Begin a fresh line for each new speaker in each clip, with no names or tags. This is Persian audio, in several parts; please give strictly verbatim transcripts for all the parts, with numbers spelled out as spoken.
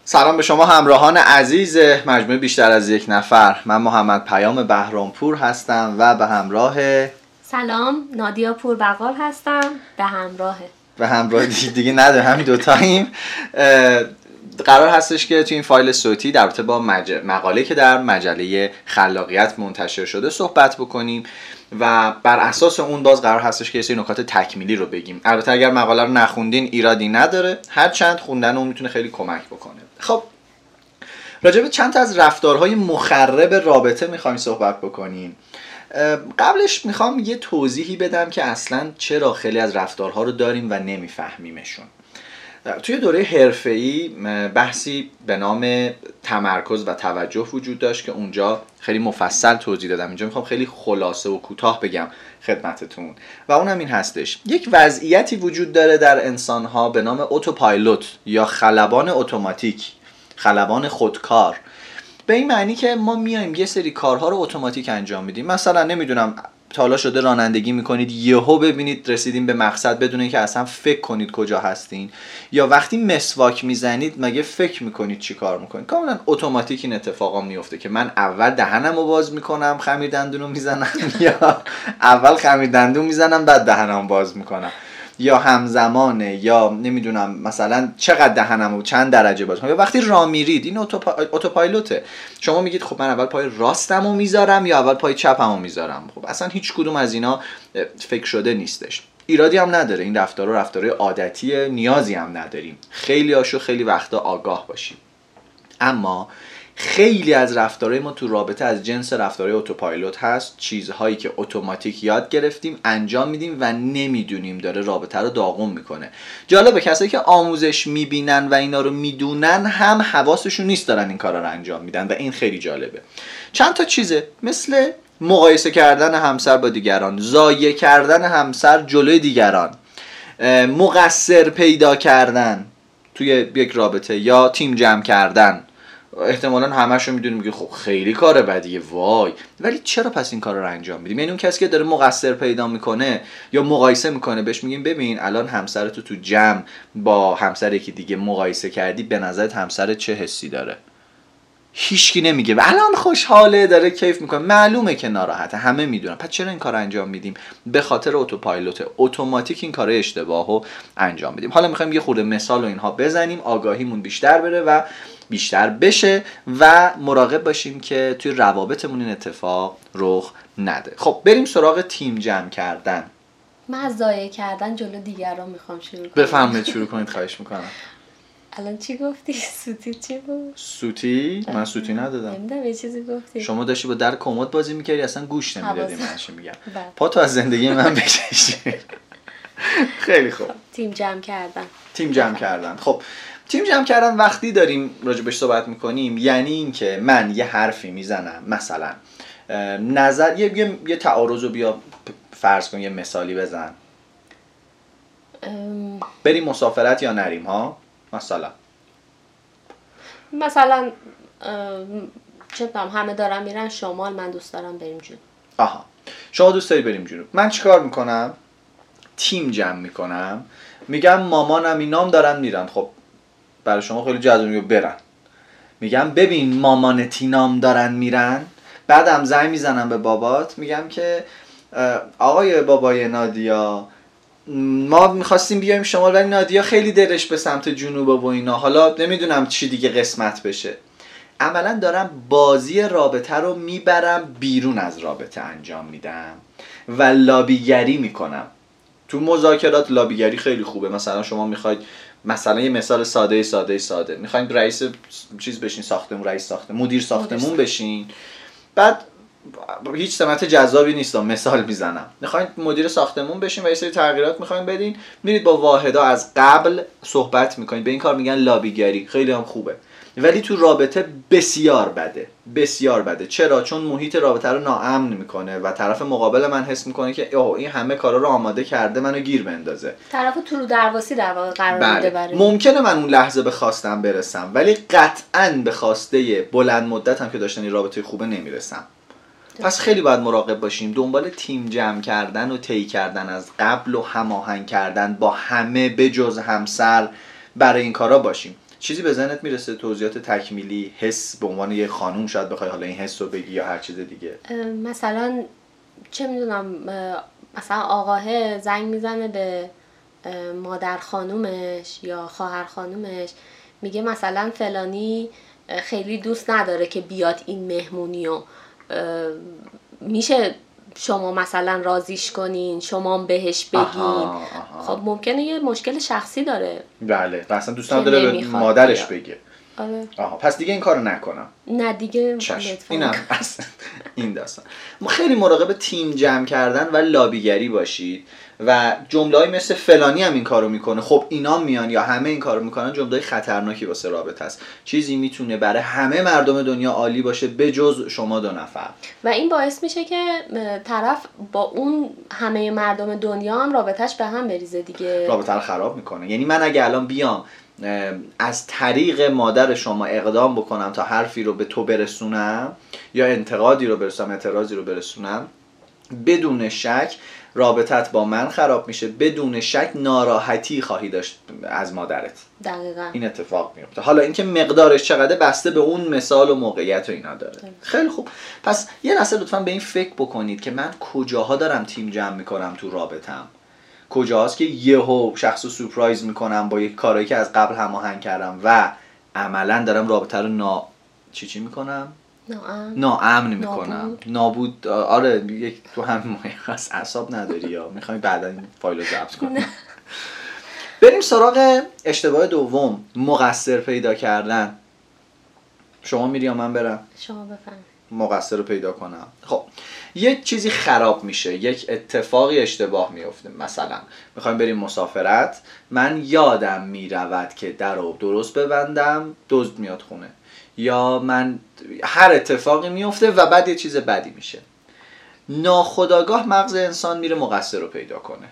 سلام به شما همراهان عزیز مجموعه بیشتر از یک نفر. من محمد پیام بهرامپور هستم و به همراه
سلام نادیا پوربقال هستم. به همراه
به همراه دیگه, دیگه نداره همین دوتاییم. قرار هستش که تو این فایل صوتی در رابطه با مج... مقاله که در مجله خلاقیت منتشر شده صحبت بکنیم و بر اساس اون باز قرار هستش که یه سری نکات تکمیلی رو بگیم. البته اگر مقاله رو نخوندین ایرادی نداره، هر چند خوندن اون میتونه خیلی کمک بکنه. خب راجع به چند تا از رفتارهای مخرب رابطه میخوایم صحبت بکنیم. قبلش میخوام یه توضیحی بدم که اصلا چرا خیلی از رفتارها رو داریم و نمیفهمیمشون. توی دوره حرفه‌ای بحثی به نام تمرکز و توجه وجود داشت که اونجا خیلی مفصل توضیح دادم. اینجا میخوام خیلی خلاصه و کوتاه بگم خدمتتون و اونم این هستش: یک وضعیتی وجود داره در انسان‌ها به نام اتوپایلوت یا خلبان اتوماتیک، خلبان خودکار. به این معنی که ما میایم یه سری کارها رو اتوماتیک انجام میدیم. مثلا نمیدونم تا حالا شده رانندگی میکنید یهو ببینید رسیدین به مقصد بدون اینکه اصلا فکر کنید کجا هستین، یا وقتی مسواک میزنید مگه فکر میکنید چی کار میکنید؟ کاملا اتوماتیک این اتفاقا میفته که من اول دهنمو باز میکنم خمیر دندونو میزنم یا اول خمیر دندون میزنم بعد دهنمو باز میکنم، یا همزمانه، یا نمیدونم مثلا چقدر دهنمو چند درجه باز کنم. یا وقتی راه میرید این اتوپا... اتوپایلوته، شما میگید خب من اول پای راستمو میذارم یا اول پای چپمو میذارم. خب اصلا هیچ کدوم از اینا فکر شده نیستش. ایرادی هم نداره، این رفتارها رفتارهای عادتیه، نیازی هم نداریم خیلی هاشو خیلی وقتا آگاه باشیم. اما خیلی از رفتارهای ما تو رابطه از جنس رفتارهای اتوپایلوت هست، چیزهایی که اتوماتیک یاد گرفتیم انجام میدیم و نمیدونیم داره رابطه رو داغون میکنه. جالبه کسایی که آموزش میبینن و اینا رو میدونن هم حواسشون نیست دارن این کارا رو انجام میدن و این خیلی جالبه. چند تا چیزه، مثل مقایسه کردن همسر با دیگران، ضایع کردن همسر جلوی دیگران، مقصر پیدا کردن توی یک رابطه، یا تیم جمع کردن. احتمالاً همه‌شو میدونیم که خب خیلی کار بدیه وای، ولی چرا پس این کارا رو انجام میدیم؟ یعنی اون کسی که داره مقصر پیدا میکنه یا مقایسه میکنه بهش میگیم ببین الان همسرتو تو جمع با همسر یکی دیگه مقایسه کردی، به نظرت همسرت چه حسی داره؟ هیچکی نمیگه و الان خوشحاله داره کیف میکنه، معلومه که ناراحته، همه میدونن. پس چرا این کارو انجام میدیم؟ به خاطر اتوپایلوت، اتوماتیک این کارو اشتباهو انجام میدیم. حالا میخوایم یه خورده مثال و اینها بزنیم، آگاهیمون بیشتر بره و بیشتر بشه و مراقب باشیم که توی روابطمون این اتفاق رخ نده. خب بریم سراغ تیم جمع کردن.
من از ضایع کردن جلو دیگران میخوام شروع کنم.
بفرمایید شروع کنید، خواهش میکنم.
الان چی گفتی؟ سوتی چی بود؟
سوتی؟ من سوتی ندادم.
نمیدونم یه چیزی گفتی.
شما داشتی با در کمد بازی میکردی اصلا گوش نمیدادی من چی میگم.
بله.
پا تو از زندگی من بکشی. خیلی خوب.
تیم جمع کردن.
تیم جمع کردن. خب تیم جمع کردن وقتی داریم راجبش صحبت میکنیم یعنی این که من یه حرفی میزنم، مثلا نظر یه یه, یه تعارض رو بیا فرض کن، یه مثالی بزن.
ام...
بریم مسافرت یا نریم ها؟ مثلا
مثلا چه بدونم همه دارن میرن شمال، من دوست دارم بریم جنوب.
آها، شما دوست داری بریم جنوب. من چیکار میکنم؟ تیم جمع میکنم، میگم مامانم اینام دارن میرن. خب برای شما خیلی جذابه برن. میگم ببین مامان تینام دارن میرن. بعدم زنگ میزنم به بابات میگم که آقای بابای نادیا ما میخواستیم بیایم شمال ولی نادیا خیلی دلش به سمت جنوب و اینا، حالا نمیدونم چی دیگه قسمت بشه. عملا دارم بازی رابطه رو میبرم بیرون از رابطه انجام میدم و لابیگری میکنم. تو مذاکرات لابیگری خیلی خوبه. مثلا شما میخواید، مثلا یه مثال ساده ساده ساده میخواین رئیس چیز بشین، ساختمون، رئیس ساختمون، مدیر ساختمون بشین، بعد هیچ سمت جذابی نیست، مثال میزنم، میخواین مدیر ساختمون بشین و یه سری تغییرات میخواین بدین، میرید با واحدا از قبل صحبت میکنید. به این کار میگن لابیگری. خیلی هم خوبه ولی تو رابطه بسیار بده، بسیار بده. چرا؟ چون محیط رابطه رو ناامن میکنه و طرف مقابل من حس میکنه که اوه این همه کارا رو آماده کرده منو گیر بندازه.
طرفو تو رو درواسی در واقع قرار
بله.
میده برای
ممکنه من اون لحظه به خواستم برسم ولی قطعاً به خواسته بلند مدتم که داشتن این رابطه خوبه نمیرسم. پس خیلی باید مراقب باشیم، دنبال تیم جمع کردن و طی کردن از قبل و هماهنگ کردن با همه به جز همسر برای این کارا باشیم. چیزی به ذهنت میرسه توضیحات تکمیلی، حس به عنوان یه خانوم شاید بخوای حالا این حس رو بگی یا هر چیز دیگه؟
مثلا چه میدونم، مثلا آقاه زنگ میزنه به مادر خانومش یا خواهر خانومش، میگه مثلا فلانی خیلی دوست نداره که بیاد این مهمونیو، میشه شما مثلا راضیش کنین، شما بهش بگین. آها، آها. خب ممکنه یه مشکل شخصی داره.
بله، اصلا دوست نداره به مادرش بیا. بگه.
آره.
آها، پس دیگه این کارو نکنم.
نه دیگه.
اینم اصلا این داستان. ما خیلی مراقب تیم جمع کردن و لابیگری باشید و جمله‌ای مثل فلانی هم این کارو میکنه، خب اینا میان یا همه این کارو میکنن، جمله‌ای خطرناکی واسه رابطه است. چیزی میتونه برای همه مردم دنیا عالی باشه به جز شما دو نفر.
و این باعث میشه که طرف با اون همه مردم دنیا هم رابطه‌اش به هم بریزه دیگه.
رابطه رو خراب میکنه. یعنی من اگه الان بیام از طریق مادر شما اقدام بکنم تا حرفی رو به تو برسونم یا انتقادی رو برسونم، اعتراضی رو برسونم، بدون شک رابطت با من خراب میشه، بدون شک ناراحتی خواهی داشت از مادرت.
دقیقاً
این اتفاق میفته. حالا اینکه مقدارش چقدر بسته به اون مثال و موقعیت و اینا داره. ده. خیلی خوب. پس یه لحظه لطفاً به این فکر بکنید که من کجاها دارم تیم جمع میکنم تو رابطم، کجاست که یهو شخصو سورپرایز میکنم با یک کارایی که از قبل هماهنگ کردم و عملاً دارم رابطه رو نا چی چی میکنم؟
ناامن
ناامن میکنم، نابود. آره یک تو همین مایه خاص اعصاب نداری یا میخوای بعدا این فایل رو ضبط کنی؟ بریم سراغ اشتباه دوم، مقصر پیدا کردن. شما میری یا من برم؟
شما بفرمایید.
مقصر رو پیدا کنم. خب یک چیزی خراب میشه، یک اتفاقی اشتباه میفته. مثلا میخوایم بریم مسافرت، من یادم میرود که در رو درست ببندم، دزد میاد خونه، یا من هر اتفاقی میفته و بعد یه چیز بدی میشه. ناخودآگاه مغز انسان میره مقصر رو پیدا کنه.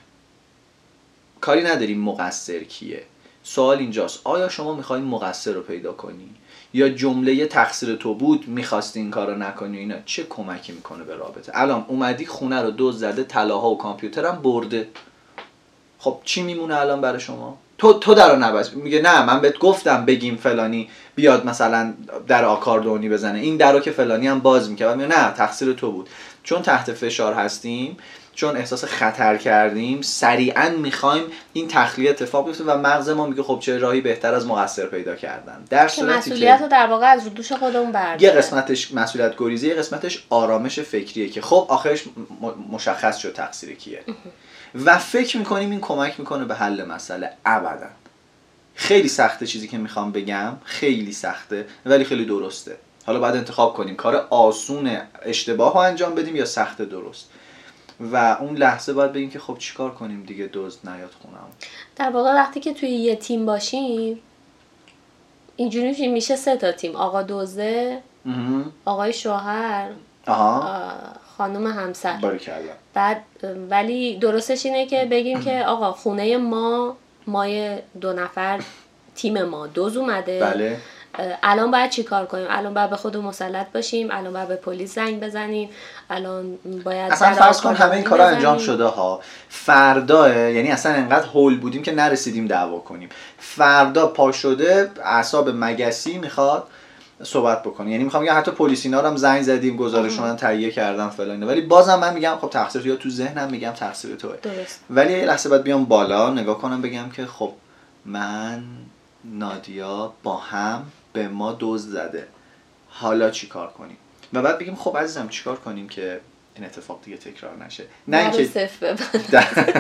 کاری نداریم مقصر کیه. سوال اینجاست، آیا شما میخواین مقصر رو پیدا کنی یا جمله تقصیر تو بود میخواستی این کارو نکنی؟ اینا چه کمکی میکنه به رابطه؟ الان اومدی خونه رو دزد زده، طلاها و کامپیوترم برده، خب چی میمونه الان برای شما؟ تو تو درو نبست. میگه نه من بهت گفتم بگیم فلانی بیاد مثلا در آکاردئونی بزنه، این درو که فلانی هم باز میکنه. میگه نه تقصیر تو بود. چون تحت فشار هستیم، چون احساس خطر کردیم، سریعا میخوایم این تخلیه اتفاق بیفته و مغز ما میگه خب چه راهی بهتر از مقصر پیدا کردن. در صورتی که
مسئولیت رو در واقع از رو دوش خودمون برداره.
یه قسمتش مسئولیت گریزی، یه قسمتش آرامش فکریه که خب آخرش مشخص شد تقصیر کیه و فکر میکنیم این کمک میکنه به حل مسئله. ابدا. خیلی سخته چیزی که میخوام بگم، خیلی سخته ولی خیلی درسته. حالا باید انتخاب کنیم کار آسون اشتباه رو انجام بدیم یا سخت درست، و اون لحظه باید بگیم که خب چیکار کنیم دیگه، دزد نیاد خونم.
در واقع وقتی که توی یه تیم باشیم اینجوری میشه سه تا تیم، آقا دزده، آقای شوهر، آها، خانم همسر.
باریکلا.
بعد ولی درستش اینه که بگیم که آقا خونه ما مای دو نفر تیم ما دزد اومده،
بله،
الان باید چی کار کنیم؟ الان باید به خودمون مسلط باشیم، الان باید به پلیس زنگ بزنیم، الان باید
اصلا فرض کن همه این کارا انجام شده ها، فردا یعنی اصلا انقدر هول بودیم که نرسیدیم دعوا کنیم، فردا پا شده اعصاب مگسی میخواد صحبت بکنه. یعنی میخوام بگم حتی پلیسینا رو هم زنگ زدیم، گزارشون رو تهیه کردم فلان، ولی بازم من میگم خب تقصیر یا تو ذهنم میگم تقصیر توئه. ولی یه لحظه بعد بیام بالا نگاه کنم بگم که خب من نادیا با هم به ما دزد زده، حالا چی کار کنیم؟ و بعد بگیم خب عزیزم چی کار کنیم که این اتفاق دیگه تکرار نشه.
نه اینکه صفر ببند.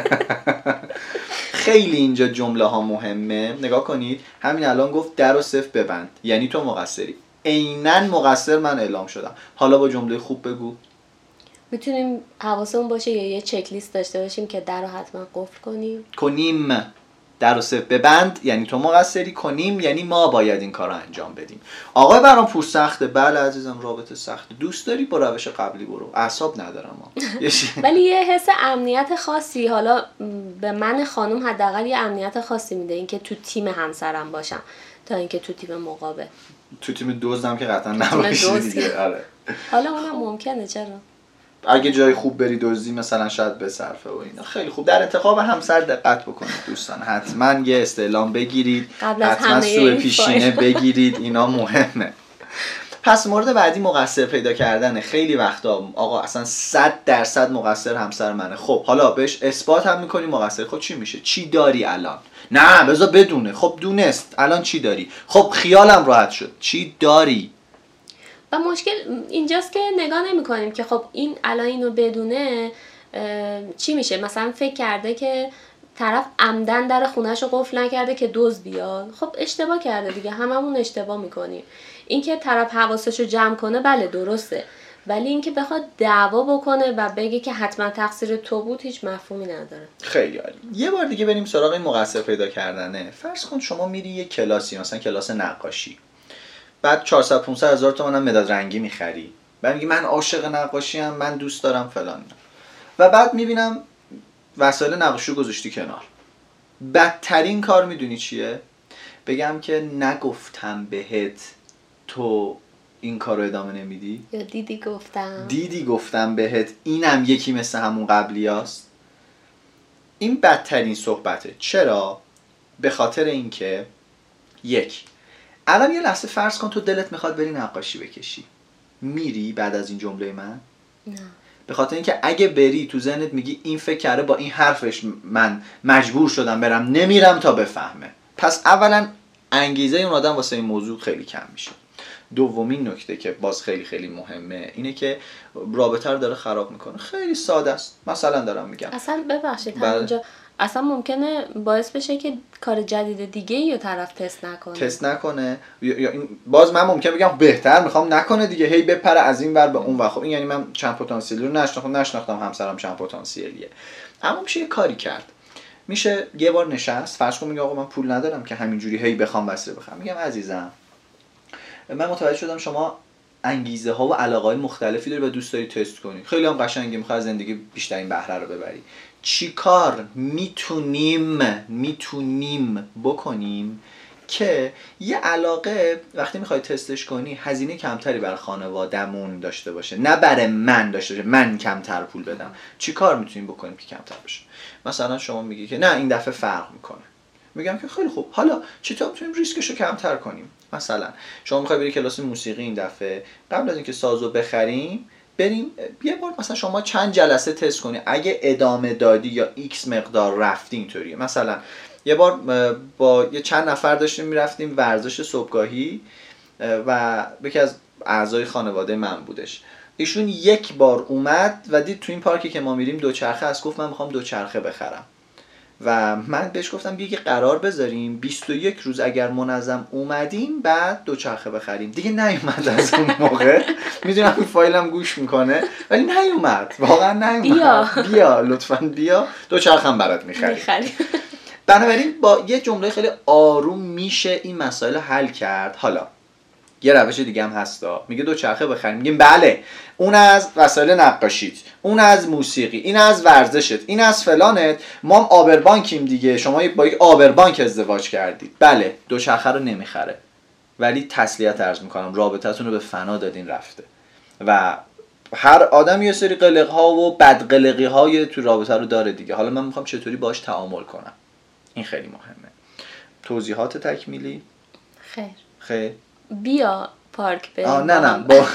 خیلی اینجا جمله ها مهمه. نگاه کنید همین الان گفت در و صفر ببند، یعنی تو مقصری. عیناً مقصر من اعلام شدم. حالا با جمله خوب بگو.
میتونیم حواسمون باشه یا یه چک لیست داشته باشیم که در رو حتما قفل کنیم.
کنیم. در و صفر ببند یعنی تو مقصری، کنیم یعنی ما باید این کار رو انجام بدیم. آقای برام پور سخته. بله عزیزم رابطه سخته. دوست داری با روش قبلی برو، اعصاب ندارم ها.
ولی یه حس امنیت خاصی حالا به من خانم حداقل یه امنیت خاصی میده اینکه تو تیم همسرم باشم تا اینکه تو تیم مقابل.
تو تیم دزدم که قطعا نباشی دیگه. آره.
حالا اونم ممکنه، چرا؟
اگه جای خوب بری دزدی مثلا شاید بصرفه و اینا. خیلی خوب. در انتخاب همسر دقت بکنید دوستان، حتما یه استعلام بگیرید، حتما سوء پیشینه بگیرید، اینا مهمه. پس مورد بعدی مقصر پیدا کردنه. خیلی وقتا آقا اصلا صد درصد مقصر همسر منه. خب حالا بهش اثبات هم میکنی مقصر. خب چی میشه؟ چی داری الان؟ نه بذار بدونه. خب دونست، الان چی داری؟ خب خیالم راحت شد. چی داری؟
و مشکل اینجاست که نگاه نمی کنیم که خب این الان اینو بدونه چی میشه. مثلا فکر کرده که طرف عمدن در خونه‌شو قفل نکرده که دزد بیاد. خب اشتباه کرده دیگه، هممون اشتباه میکنیم. اینکه طرف حواسشو جمع کنه بله درسته، ولی اینکه بخواد دعوا بکنه و بگه که حتما تقصیر تو بود هیچ مفهومی نداره.
خیلی عالی. یه بار دیگه بریم سراغ این مقصر پیدا کردنه. فرض کن شما میری یه کلاسی، مثلا کلاس نقاشی، بعد چهارصد پانصد هزار تومان هم مداد رنگی میخری، بعد میگی من عاشق نقاشی ام، من دوست دارم فلان، و بعد میبینم وسایل نقاشی گذاشتی کنار. بدترین کار میدونی چیه؟ بگم که نگفتم بهت تو این کار رو ادامه نمیدی؟
یا دیدی گفتم
دیدی گفتم بهت اینم یکی مثل همون قبلی هست. این بدترین صحبته. چرا؟ به خاطر اینکه یک، الان یه لحظه فرض کن تو دلت میخواد بری نقاشی بکشی، میری بعد از این جمله من؟
نه.
به خاطر اینکه اگه بری تو ذهنت میگی این فکر کرده با این حرفش من مجبور شدم برم، نمیرم تا بفهمه. پس اولا انگیزه اون آدم واسه این موضوع خیلی کم میشه. دومین نکته که باز خیلی خیلی مهمه اینه که رابطه رو داره خراب میکنه. خیلی ساده است. مثلا دارم میگم
اصلا ببخشید همونجا اصلا ممکنه باعث بشه که کار جدید دیگه یا طرف تست نکنه
تست نکنه یا این باز من ممکن بگم بهتر میخوام نکنه دیگه، هی بپره از این ور به اون ور. خب این یعنی من چند پتانسیلی رو نشناختم نشناختم همسرم چند پتانسیلیه. اما میشه یه کاری کرد. میشه یه بار نشست، فرض کن میگه آقا من پول ندارم که همینجوری هی بخوام واسه بخوام. میگم عزیزم من متوجه شدم شما انگیزه ها و علاقه های مختلفی داری و دوست داری تست کنی، خیلی هم قشنگه، میخوای زندگی بیشترین بهره رو ببری. چی کار میتونیم میتونیم بکنیم که یه علاقه وقتی میخوای تستش کنی هزینه کمتری برای خانواده‌مون داشته باشه، نه برای من داشته باشه من کمتر پول بدم. چی کار میتونیم بکنیم که کمتر باشه؟ مثلا شما میگی که نه این دفعه فرق میکنه. میگم که خیلی خوب، حالا چطور میتونیم ریسکش رو کمتر کنیم؟ مثلا شما میخوای بری کلاس موسیقی این دفعه، قبل از اینکه سازو بخریم بریم یه بار مثلا شما چند جلسه تست کنی، اگه ادامه دادی یا ایکس مقدار رفتی اینطوریه. مثلا یه بار با یه چند نفر داشتیم میرفتیم ورزش صبحگاهی و یکی از اعضای خانواده من بودش. ایشون یک بار اومد و دید تو این پارکی که ما میریم دوچرخه هست، گفت من میخوام دوچرخه بخرم و من بهش گفتم بیا که قرار بذاریم بیست و یک روز اگر منظم اومدیم بعد دوچرخه بخریم. دیگه نیومد از اون موقع. میدونم این فایلم گوش میکنه ولی نیومد، واقعا نیومد. بیا بیا لطفاً بیا دوچرخه هم برات میخریم. بنابراین با یه جمله خیلی آروم میشه این مسائل حل کرد. حالا یه روش دیگه هم هستا، میگه دوچرخه بخریم، میگیم بله اون از وسایل نقاشیت، اون از موسیقی، این از ورزشت، این از فلانت، ما هم آبربانکیم دیگه، شما با یک آبربانک ازدواج کردید. بله دوچرخه رو نمیخره ولی تسلیت عرض میکنم رابطتون رو به فنا دادین رفته و هر آدم یه سری قلق ها و بدقلقی های تو رابطه رو داره دیگه. حالا من میخوام چطوری باش تعامل کنم، این خیلی مهمه. توضیحات تکمیلی؟
خیر
خیر
بیا پارک بریم.
آه نه نه با...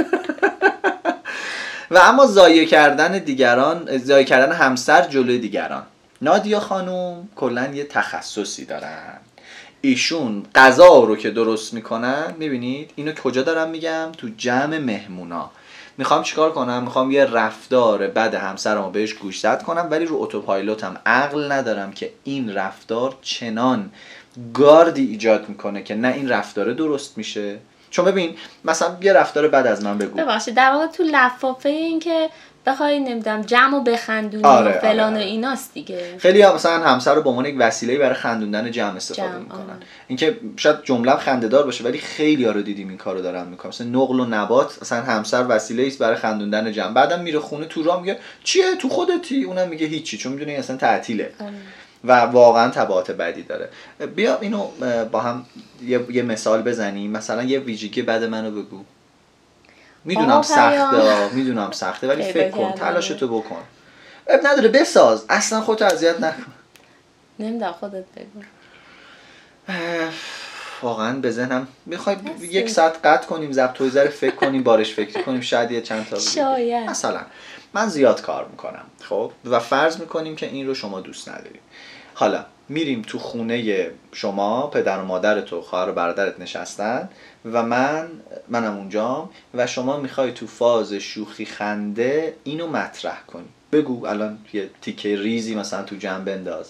و اما ضایع کردن دیگران، ضایع کردن همسر جلوی دیگران. نادیا خانوم کلا یه تخصصی دارن. ایشون غذا رو که درست میکنن، میبینید اینو کجا دارم میگم؟ تو جمع مهمونا. میخوام چیکار کنم؟ میخوام یه رفتار بد همسرمو بهش گوشزد کنم ولی رو اتوپایلوتم عقل ندارم که این رفتار چنان گاردی ایجاد میکنه که نه این رفتار درست میشه. چون ببین مثلا یه رفتار بد از من بگو،
ببخشید در واقع تو لفافه این که بخوای نمیدونم جمعو بخندونی
آره،
و فلان
آره.
و ایناست دیگه.
خیلی ها مثلا همسر رو به عنوان یک وسیله برای خندوندن جمع استفاده
جمع،
میکنن.
آره.
اینکه شاید جمله خنده‌دار باشه ولی خیلی ها رو دیدیم این کارو دارن میکنن. مثلا نقل و نبات، مثلا همسر وسیله است برای خندوندن جمع، بعدم میره خونه تو راه میگه چیه تو خودتی، اونم میگه هیچی، چون میدونه اصلا تعطیله. آره. و واقعا تبعات بدی داره. بیا اینو با هم یه, یه مثال بزنیم. مثلا یه ویژگی بد منو بگو. میدونم سخته، میدونم سخته ولی فکر کن، تلاشتو بکن. اب نداره بساز، اصلا خودتو اذیت نکن.
نمیدونم خودت بگو.
واقعا به ذهنم میخوای یک ساعت قطع کنیم ضبط و ذره فکر کنیم بارش فکر کنیم شاید یه چند تا
شاید.
مثلا من زیاد کار میکنم خب و فرض میکنیم که این رو شما دوست نداریم. حالا میریم تو خونه شما، پدر و مادر تو، خواهر و برادرت نشستن و من منم اونجام و شما میخوای تو فاز شوخی خنده اینو مطرح کنی. بگو الان یه تیکه ریزی مثلا تو جمع بنداز.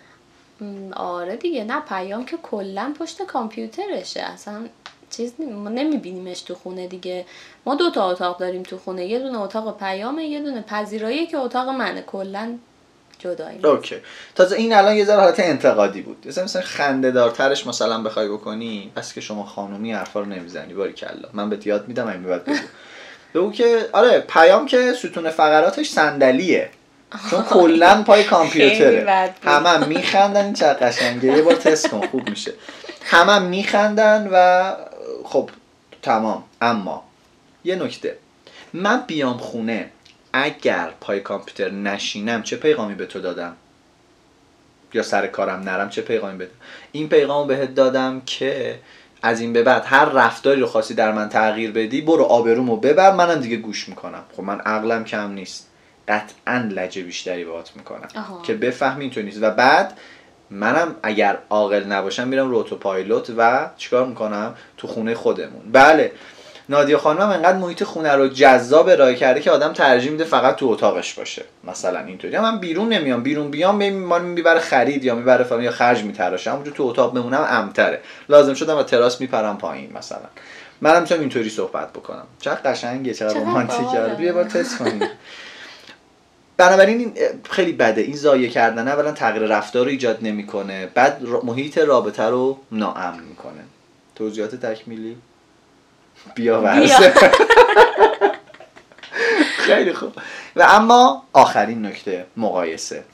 آره دیگه، نه پیام که کلا پشت کامپیوترشه، اصلا چیز ما نمیبینیمش تو خونه دیگه. ما دو تا اتاق داریم تو خونه، یه دونه اتاق پیامه، یه دونه پذیرایی که اتاق منه، کلا جداییم.
اوکی. تازه این الان یه ذره حالت انتقادی بود. مثلا مثلا خنده دارترش مثلا بخوای بکنی، پس که شما خانومی حرفا رو نمیزنی. باریکلا. من بهت یاد میدم همین بعد بگو. بگو که آره پیام که ستون فقراتش صندلیه. چون کلا پای کامپیوتره. همه هم میخندن، این چقدر قشنگه. یه بار تست کن خوب میشه. همه هم میخندن و خب تمام. اما یه نکته، من بیام خونه اگر پای کامپیوتر نشینم چه پیغامی به تو دادم؟ یا سر کارم نرم چه پیغامی بدم؟ این پیغامو بهت دادم که از این به بعد هر رفتاری رو خواستی در من تغییر بدی برو آبرومو ببر، منم دیگه گوش میکنم. خب من عقلم کم نیست، قطعا لجه بیشتری باهات میکنم آها. که بفهمی تو نیست. و بعد منم اگر عاقل نباشم میرم رو اتوپایلوت و چیکار میکنم تو خونه خودمون. بله نادیا خانم انقدر محیط خونه رو جذاب ارائه کرده که آدم ترجیح میده فقط تو اتاقش باشه، مثلا اینطوری. من بیرون نمیام، بیرون بیام من میبره خرید یا میبره فلان یا خرج میتراشه، همونجا تو اتاق بمونم امتره. لازم شدم از تراس میپرم پایین مثلا. منم میتونم اینطوری صحبت بکنم. چقدر قشنگه، چقدر رمانتیکه. بیا بار تست کنیم. بنابراین این خیلی بده، این ضایع کردن اولا تغییر رفتار رو ایجاد نمیکنه، بعد محیط رابطه رو ناامن میکنه. توضیحات تکمیلی بیا ورزه. خیلی خوب. و اما آخرین نکته، مقایسه.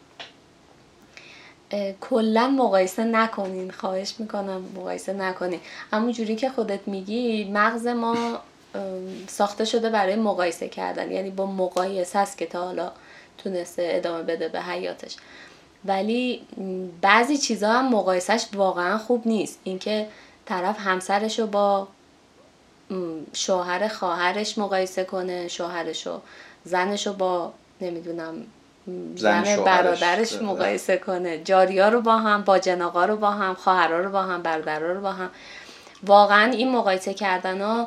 کلا مقایسه نکنین، خواهش میکنم مقایسه نکنین. همون جوری که خودت میگی مغز ما ساخته شده برای مقایسه کردن، یعنی با مقایسه است که تا حالا تونسته ادامه بده به حیاتش. ولی بعضی چیزا هم مقایسهش واقعا خوب نیست. اینکه طرف همسرشو با شوهر خواهرش مقایسه کنه، شوهرشو زنشو با نمیدونم زن, زن برادرش مقایسه کنه، جاریا رو با هم، با جناقا رو با هم، خواهرها رو با هم، برادرها رو با هم. واقعا این مقایسه کردن ها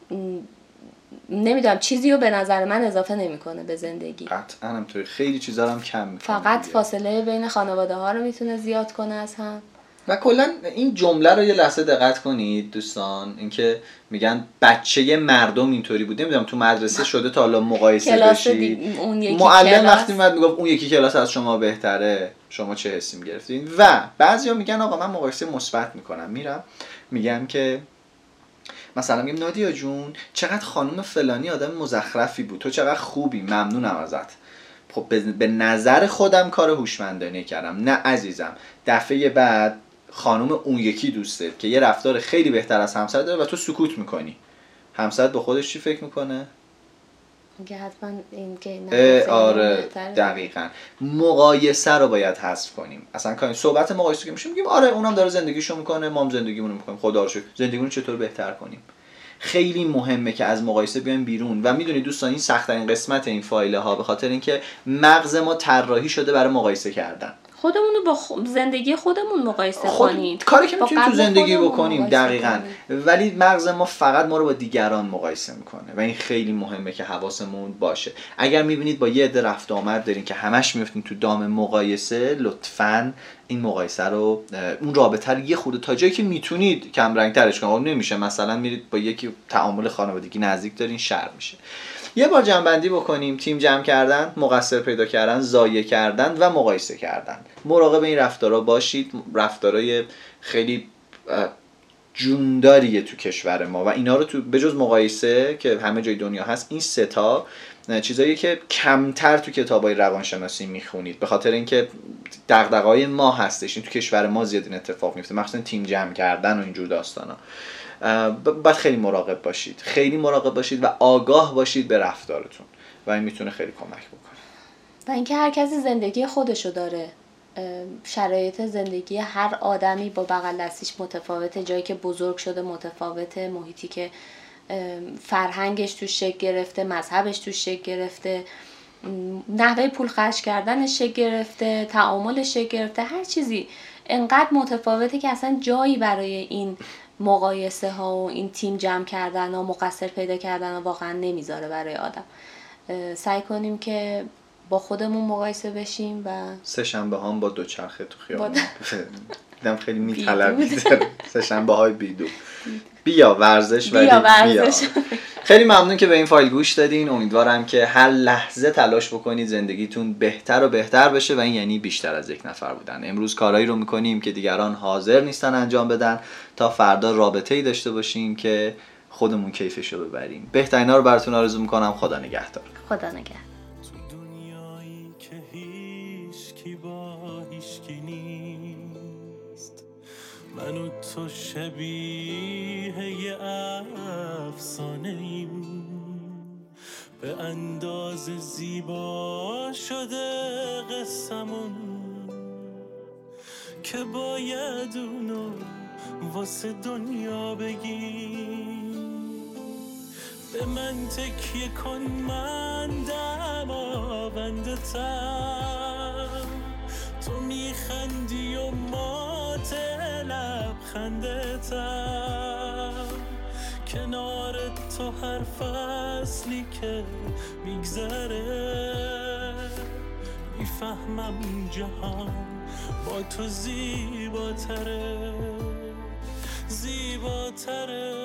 نمیدونم چیزی رو به نظر من اضافه نمیکنه به زندگی.
قطعا همینطوری، خیلی چیزا رو هم کم میکنه.
فقط دیگه فاصله بین خانواده ها رو میتونه زیاد کنه از هم.
و کلا این جمله رو یه لحظه دقت کنید دوستان، اینکه میگن بچه مردم اینطوری بود. نمیدونم تو مدرسه شده تا حالا مقایسه بشی؟ معلم وقتی میاد میگفت اون یکی کلاس از شما بهتره، شما چه حسی میگرفتین؟ و بعضیا میگن آقا من مقایسه مثبت میکنم، میرم میگم که مثلا میگم نادیا جون چقدر خانم فلانی آدم مزخرفی بود، تو چقدر خوبی، ممنونم ازت. خب به نظر خودم کار هوشمندانه کردم. نه عزیزم، دفعه بعد خانم اون یکی دوستت که یه رفتار خیلی بهتر از همسر داره و تو سکوت میکنی، همسرت با خودش چی فکر میکنه؟
میگه حتما این که
آره دقیقاً. مقایسه رو باید حذف کنیم. اصلا کاری صحبت مقایسه که میشه میگیم آره اونم داره زندگیشو میکنه، ما هم زندگیمونو میکنیم، خدا رو شکر. زندگیمون چطور بهتر کنیم؟ خیلی مهمه که از مقایسه بیایم بیرون. و میدونید دوستان این سخت‌ترین قسمت این فایل ها، به خاطر اینکه مغز ما طراحی شده برای مقایسه کردن.
خودمون رو با خ... زندگی خودمون مقایسه
خود...
کنیم،
کاری که میتونیم تو زندگی بکنیم دقیقاً کنیم. ولی مغز ما فقط ما رو با دیگران مقایسه میکنه و این خیلی مهمه که حواسمون باشه. اگر میبینید با یه عده رفت آمد دارین که همش میفتین تو دام مقایسه، لطفاً این مقایسه رو، اون رابطه رو یه خورده تا جایی که میتونید کم رنگ ترش کنید. نمیشه مثلا میرید با یکی تعامل خانوادگی نزدیک دارین، شر میشه. یه بار جمع‌بندی بکنیم. تیم جمع کردن، مقصر پیدا کردن، ضایع کردن و مقایسه کردن. مراقب این رفتارها باشید. رفتارهای خیلی جونداریه تو کشور ما و اینا رو تو بجز مقایسه که همه جای دنیا هست، این سه تا چیزایی که کمتر تو کتابای روانشناسی میخونید، به خاطر اینکه دغدغه‌های ما هستش. این تو کشور ما زیاد این اتفاق میفته، مخصوصا تیم جمع کردن و اینجور داستانا. باید خیلی مراقب باشید، خیلی مراقب باشید و آگاه باشید به رفتارتون و این میتونه خیلی کمک بکنه.
و اینکه هر کسی زندگی خودشو داره، شرایط زندگی هر آدمی با بغل دستیش متفاوته، جایی که بزرگ شده متفاوته، محیطی که فرهنگش توش شکل گرفته، مذهبش توش شکل گرفته، نحوه پول خرج کردنش شکل گرفته، تعاملش شکل گرفته، هر چیزی انقدر متفاوته که اصلا جایی برای این مقایسه ها و این تیم جمع کردن و مقصر پیدا کردن واقعا نمیذاره برای آدم. سعی کنیم که با خودمون مقایسه بشیم و
سه شنبه هم با دوچرخه تو خیابون دیدم خیلی میطلبید سه شنبه های بیدو بیا ورزش ولی
بیا ورزش.
خیلی ممنون که به این فایل گوش دادین. امیدوارم که هر لحظه تلاش بکنید زندگیتون بهتر و بهتر بشه و این یعنی بیشتر از یک نفر بودن. امروز کارهایی رو میکنیم که دیگران حاضر نیستن انجام بدن تا فردا رابطه‌ای داشته باشیم که خودمون کیفش رو ببریم. بهترینا رو براتون آرزو میکنم. خدا نگهدار.
خدا نگهدار.
تو دنیایی که هیچ کی با هیچ کی نیست، من و تو شبیه یه افسانه ایم، به اندازه زیبا شده قصمون که باید اونو واسه دنیا بگیم. به من تکیه کن، من دماونده تم، تو میخندی و مات لبخنده تم، کنار تو هر فصلی که میگذره میفهمم جهان با تو زیباتره، زیباتره.